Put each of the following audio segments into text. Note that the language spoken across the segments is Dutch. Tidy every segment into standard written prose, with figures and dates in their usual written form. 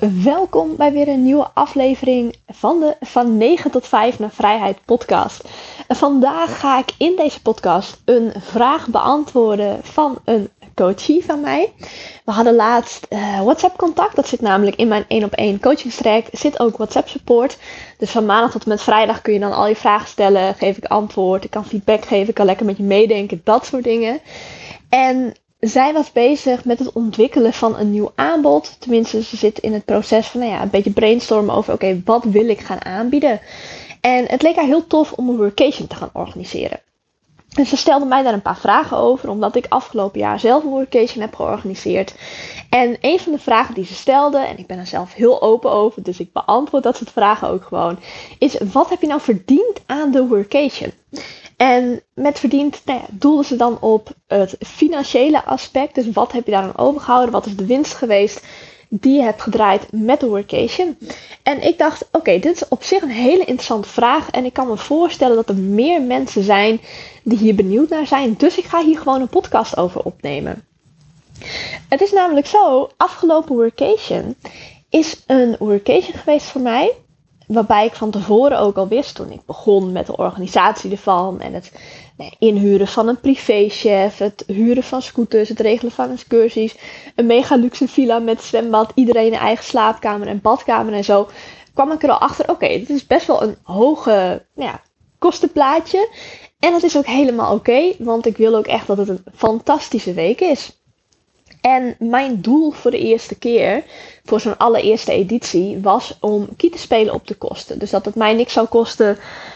Welkom bij weer een nieuwe aflevering van de Van 9 tot 5 naar Vrijheid podcast. En vandaag ga ik in deze podcast een vraag beantwoorden van een coachie van mij. We hadden laatst WhatsApp contact. Dat zit namelijk in mijn 1-op-1 coachingstraject. Zit ook WhatsApp support. Dus van maandag tot en met vrijdag kun je dan al je vragen stellen. Geef ik antwoord. Ik kan feedback geven. Ik kan lekker met je meedenken. Dat soort dingen. En zij was bezig met het ontwikkelen van een nieuw aanbod. Tenminste, ze zit in het proces van een beetje brainstormen over oké, wat wil ik gaan aanbieden? En het leek haar heel tof om een workation te gaan organiseren. En ze stelde mij daar een paar vragen over, omdat ik afgelopen jaar zelf een workation heb georganiseerd. En een van de vragen die ze stelde, en ik ben er zelf heel open over, dus ik beantwoord dat soort vragen ook gewoon, is: wat heb je nou verdiend aan de workation? En met verdiend doelde ze dan op het financiële aspect. Dus wat heb je daar aan overgehouden? Wat is de winst geweest die je hebt gedraaid met de workation? En ik dacht, oké, dit is op zich een hele interessante vraag. En ik kan me voorstellen dat er meer mensen zijn die hier benieuwd naar zijn. Dus ik ga hier gewoon een podcast over opnemen. Het is namelijk zo, afgelopen workation is een workation geweest voor mij. Waarbij ik van tevoren ook al wist, toen ik begon met de organisatie ervan en het inhuren van een privéchef, het huren van scooters, het regelen van excursies, een mega luxe villa met zwembad, iedereen een eigen slaapkamer en badkamer en zo, kwam ik er al achter, oké, dit is best wel een hoge kostenplaatje. En dat is ook helemaal oké, want ik wil ook echt dat het een fantastische week is. En mijn doel voor de eerste keer, voor zo'n allereerste editie, was om Key te spelen op de kosten. Dus dat het mij niks zou kosten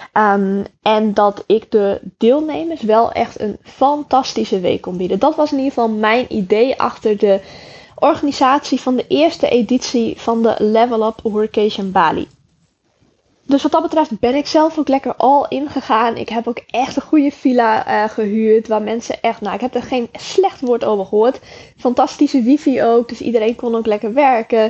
en dat ik de deelnemers wel echt een fantastische week kon bieden. Dat was in ieder geval mijn idee achter de organisatie van de eerste editie van de Level Up Workation Bali. Dus wat dat betreft ben ik zelf ook lekker all in gegaan. Ik heb ook echt een goede villa gehuurd. Waar mensen echt, ik heb er geen slecht woord over gehoord. Fantastische wifi ook. Dus iedereen kon ook lekker werken.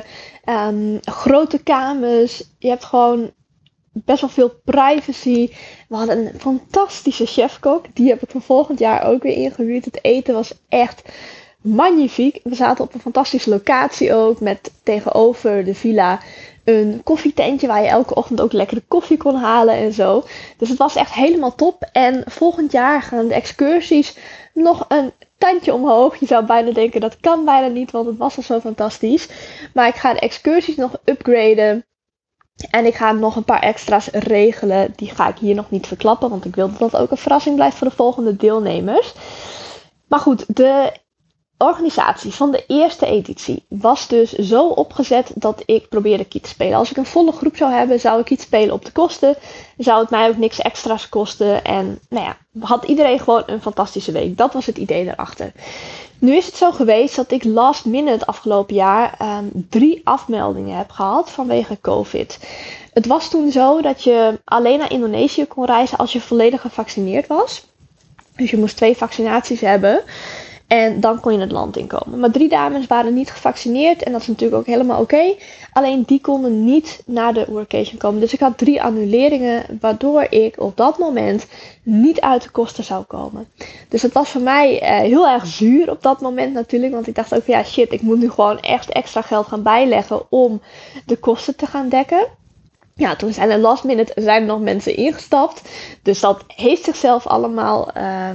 Grote kamers. Je hebt gewoon best wel veel privacy. We hadden een fantastische chefkok. Die heb ik voor volgend jaar ook weer ingehuurd. Het eten was echt magnifiek. We zaten op een fantastische locatie ook. Met tegenover de villa een koffietentje waar je elke ochtend ook lekkere koffie kon halen en zo. Dus het was echt helemaal top. En volgend jaar gaan de excursies nog een tandje omhoog. Je zou bijna denken dat kan bijna niet, want het was al zo fantastisch. Maar ik ga de excursies nog upgraden. En ik ga nog een paar extra's regelen. Die ga ik hier nog niet verklappen, want ik wil dat dat ook een verrassing blijft voor de volgende deelnemers. Maar goed, de organisatie van de eerste editie was dus zo opgezet dat ik probeerde Key te spelen. Als ik een volle groep zou hebben, zou ik Key spelen op de kosten. Zou het mij ook niks extra's kosten. En had iedereen gewoon een fantastische week. Dat was het idee daarachter. Nu is het zo geweest dat ik last minute afgelopen jaar 3 afmeldingen heb gehad vanwege COVID. Het was toen zo dat je alleen naar Indonesië kon reizen als je volledig gevaccineerd was. Dus je moest 2 vaccinaties hebben. En dan kon je het land inkomen. Maar 3 dames waren niet gevaccineerd. En dat is natuurlijk ook helemaal oké. Alleen die konden niet naar de workation komen. Dus ik had 3 annuleringen. Waardoor ik op dat moment niet uit de kosten zou komen. Dus het was voor mij heel erg zuur op dat moment natuurlijk. Want ik dacht ook shit, ik moet nu gewoon echt extra geld gaan bijleggen om de kosten te gaan dekken. Ja, toen zijn er last minute nog mensen ingestapt. Dus dat heeft zichzelf allemaal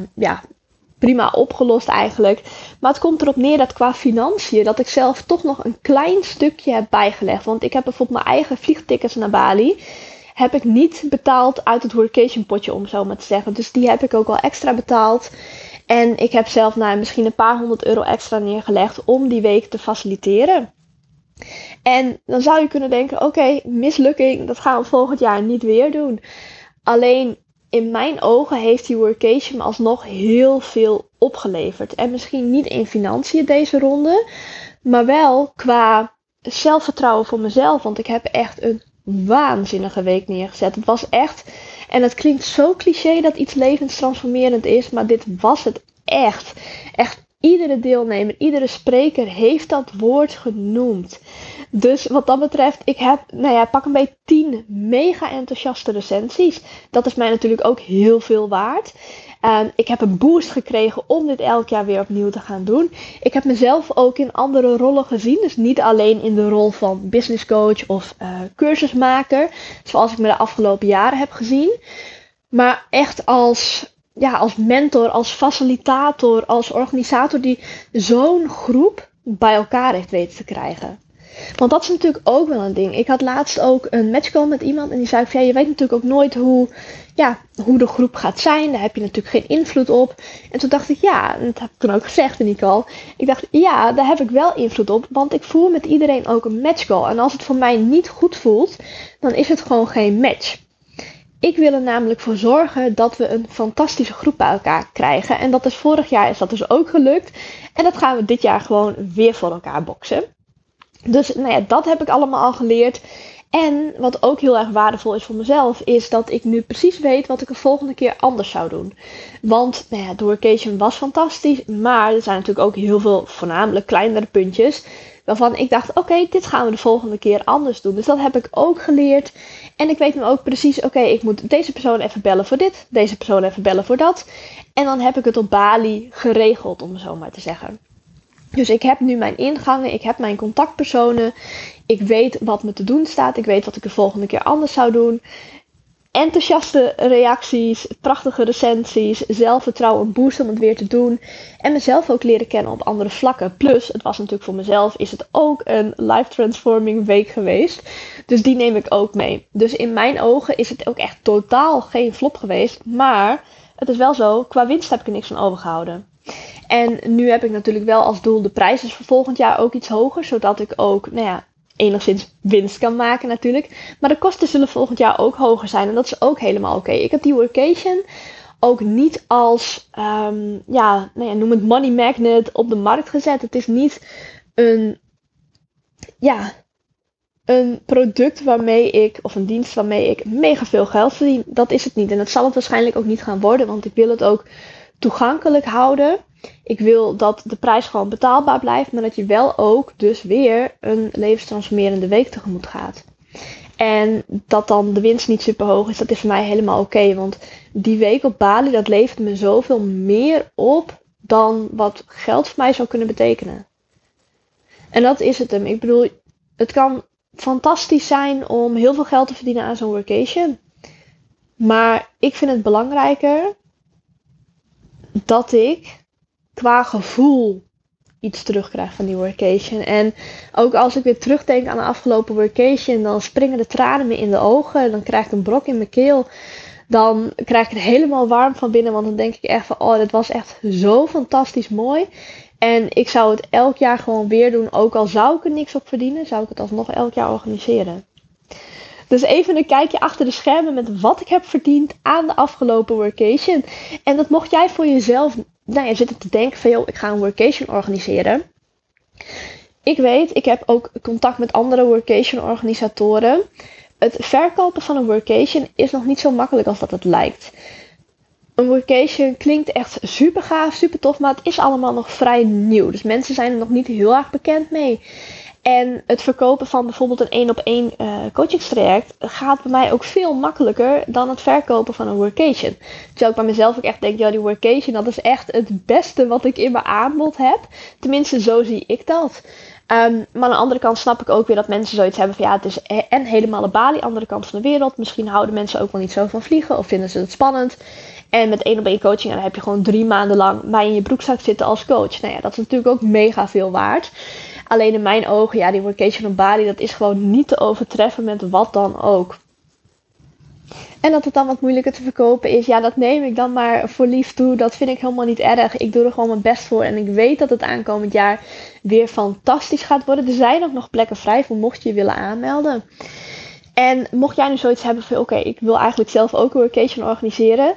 prima opgelost eigenlijk. Maar het komt erop neer dat qua financiën, dat ik zelf toch nog een klein stukje heb bijgelegd. Want ik heb bijvoorbeeld mijn eigen vliegtickets naar Bali. Heb ik niet betaald uit het workation potje, om zo maar te zeggen. Dus die heb ik ook al extra betaald. En ik heb zelf misschien een paar €100 extra neergelegd om die week te faciliteren. En dan zou je kunnen denken, oké, mislukking, dat gaan we volgend jaar niet weer doen. Alleen in mijn ogen heeft die workation me alsnog heel veel opgeleverd. En misschien niet in financiën deze ronde, maar wel qua zelfvertrouwen voor mezelf. Want ik heb echt een waanzinnige week neergezet. Het was echt, en het klinkt zo cliché dat iets levenstransformerend is, maar dit was het echt. Echt iedere deelnemer, iedere spreker heeft dat woord genoemd. Dus wat dat betreft, ik heb, pak een beetje 10 mega enthousiaste recensies. Dat is mij natuurlijk ook heel veel waard. Ik heb een boost gekregen om dit elk jaar weer opnieuw te gaan doen. Ik heb mezelf ook in andere rollen gezien. Dus niet alleen in de rol van business coach of cursusmaker. Zoals ik me de afgelopen jaren heb gezien. Maar echt als mentor, als facilitator, als organisator die zo'n groep bij elkaar heeft weten te krijgen. Want dat is natuurlijk ook wel een ding. Ik had laatst ook een matchcall met iemand en die zei van, je weet natuurlijk ook nooit hoe de groep gaat zijn. Daar heb je natuurlijk geen invloed op. En toen dacht ik, en dat heb ik toen ook gezegd in die call. Ik dacht, daar heb ik wel invloed op, want ik voer met iedereen ook een matchcall. En als het voor mij niet goed voelt, dan is het gewoon geen match. Ik wil er namelijk voor zorgen dat we een fantastische groep bij elkaar krijgen. En dat is vorig jaar is dat dus ook gelukt. En dat gaan we dit jaar gewoon weer voor elkaar boksen. Dus dat heb ik allemaal al geleerd. En wat ook heel erg waardevol is voor mezelf, is dat ik nu precies weet wat ik de volgende keer anders zou doen. Want de workation was fantastisch, maar er zijn natuurlijk ook heel veel voornamelijk kleinere puntjes waarvan ik dacht, oké, dit gaan we de volgende keer anders doen. Dus dat heb ik ook geleerd. En ik weet nu ook precies, ik moet deze persoon even bellen voor dit, deze persoon even bellen voor dat. En dan heb ik het op Bali geregeld, om het zo maar te zeggen. Dus ik heb nu mijn ingangen, ik heb mijn contactpersonen. Ik weet wat me te doen staat, ik weet wat ik de volgende keer anders zou doen. Enthousiaste reacties, prachtige recensies, zelfvertrouwen, een boost om het weer te doen. En mezelf ook leren kennen op andere vlakken. Plus, het was natuurlijk voor mezelf, is het ook een life transforming week geweest. Dus die neem ik ook mee. Dus in mijn ogen is het ook echt totaal geen flop geweest. Maar het is wel zo, qua winst heb ik er niks van overgehouden. En nu heb ik natuurlijk wel als doel de prijzen voor volgend jaar ook iets hoger. Zodat ik ook, enigszins winst kan maken natuurlijk. Maar de kosten zullen volgend jaar ook hoger zijn. En dat is ook helemaal oké. Ik heb die workation ook niet als, noem het money magnet op de markt gezet. Het is niet een product waarmee ik, of een dienst waarmee ik mega veel geld verdien. Dat is het niet. En dat zal het waarschijnlijk ook niet gaan worden. Want ik wil het ook toegankelijk houden. Ik wil dat de prijs gewoon betaalbaar blijft, maar dat je wel ook dus weer een levenstransformerende week tegemoet gaat. En dat dan de winst niet super hoog is, dat is voor mij helemaal oké. Want die week op Bali, dat levert me zoveel meer op dan wat geld voor mij zou kunnen betekenen. En dat is het hem. Ik bedoel, het kan fantastisch zijn om heel veel geld te verdienen aan zo'n workation. Maar ik vind het belangrijker dat ik qua gevoel iets terugkrijg van die workation. En ook als ik weer terugdenk aan de afgelopen workation, dan springen de tranen me in de ogen. Dan krijg ik een brok in mijn keel. Dan krijg ik het helemaal warm van binnen. Want dan denk ik echt van, dit was echt zo fantastisch mooi. En ik zou het elk jaar gewoon weer doen. Ook al zou ik er niks op verdienen, zou ik het alsnog elk jaar organiseren. Dus even een kijkje achter de schermen met wat ik heb verdiend aan de afgelopen workation. En dat mocht jij voor jezelf zitten te denken van, ik ga een workation organiseren. Ik weet, ik heb ook contact met andere workation organisatoren. Het verkopen van een workation is nog niet zo makkelijk als dat het lijkt. Een workation klinkt echt super gaaf, super tof, maar het is allemaal nog vrij nieuw. Dus mensen zijn er nog niet heel erg bekend mee. En het verkopen van bijvoorbeeld een 1-op-1 coachingstraject gaat bij mij ook veel makkelijker dan het verkopen van een workation. Terwijl ik bij mezelf ook echt denk, die workation, dat is echt het beste wat ik in mijn aanbod heb. Tenminste, zo zie ik dat. Maar aan de andere kant snap ik ook weer dat mensen zoiets hebben van, het is en helemaal een Bali, andere kant van de wereld. Misschien houden mensen ook wel niet zo van vliegen of vinden ze het spannend. En met 1-op-1 coaching, dan heb je gewoon 3 maanden lang mij in je broekzak zitten als coach. Dat is natuurlijk ook mega veel waard. Alleen in mijn ogen, die workation op Bali, dat is gewoon niet te overtreffen met wat dan ook. En dat het dan wat moeilijker te verkopen is, dat neem ik dan maar voor lief toe. Dat vind ik helemaal niet erg. Ik doe er gewoon mijn best voor. En ik weet dat het aankomend jaar weer fantastisch gaat worden. Er zijn ook nog plekken vrij voor mocht je je willen aanmelden. En mocht jij nu zoiets hebben van, ik wil eigenlijk zelf ook een workation organiseren.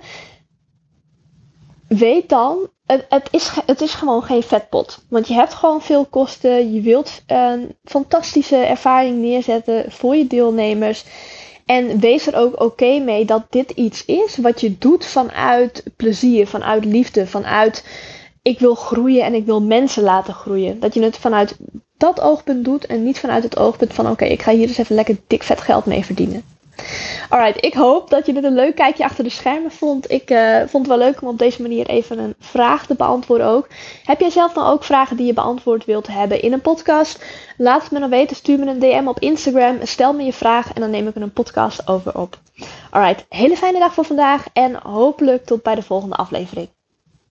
Weet dan, het is gewoon geen vetpot. Want je hebt gewoon veel kosten. Je wilt een fantastische ervaring neerzetten voor je deelnemers. En wees er ook oké mee dat dit iets is wat je doet vanuit plezier, vanuit liefde, vanuit ik wil groeien en ik wil mensen laten groeien. Dat je het vanuit dat oogpunt doet en niet vanuit het oogpunt van ik ga hier dus even lekker dik vet geld mee verdienen. Alright, ik hoop dat je dit een leuk kijkje achter de schermen vond. Ik vond het wel leuk om op deze manier even een vraag te beantwoorden ook. Heb jij zelf nou ook vragen die je beantwoord wilt hebben in een podcast? Laat het me dan weten, stuur me een DM op Instagram, stel me je vraag en dan neem ik er een podcast over op. Alright, hele fijne dag voor vandaag en hopelijk tot bij de volgende aflevering.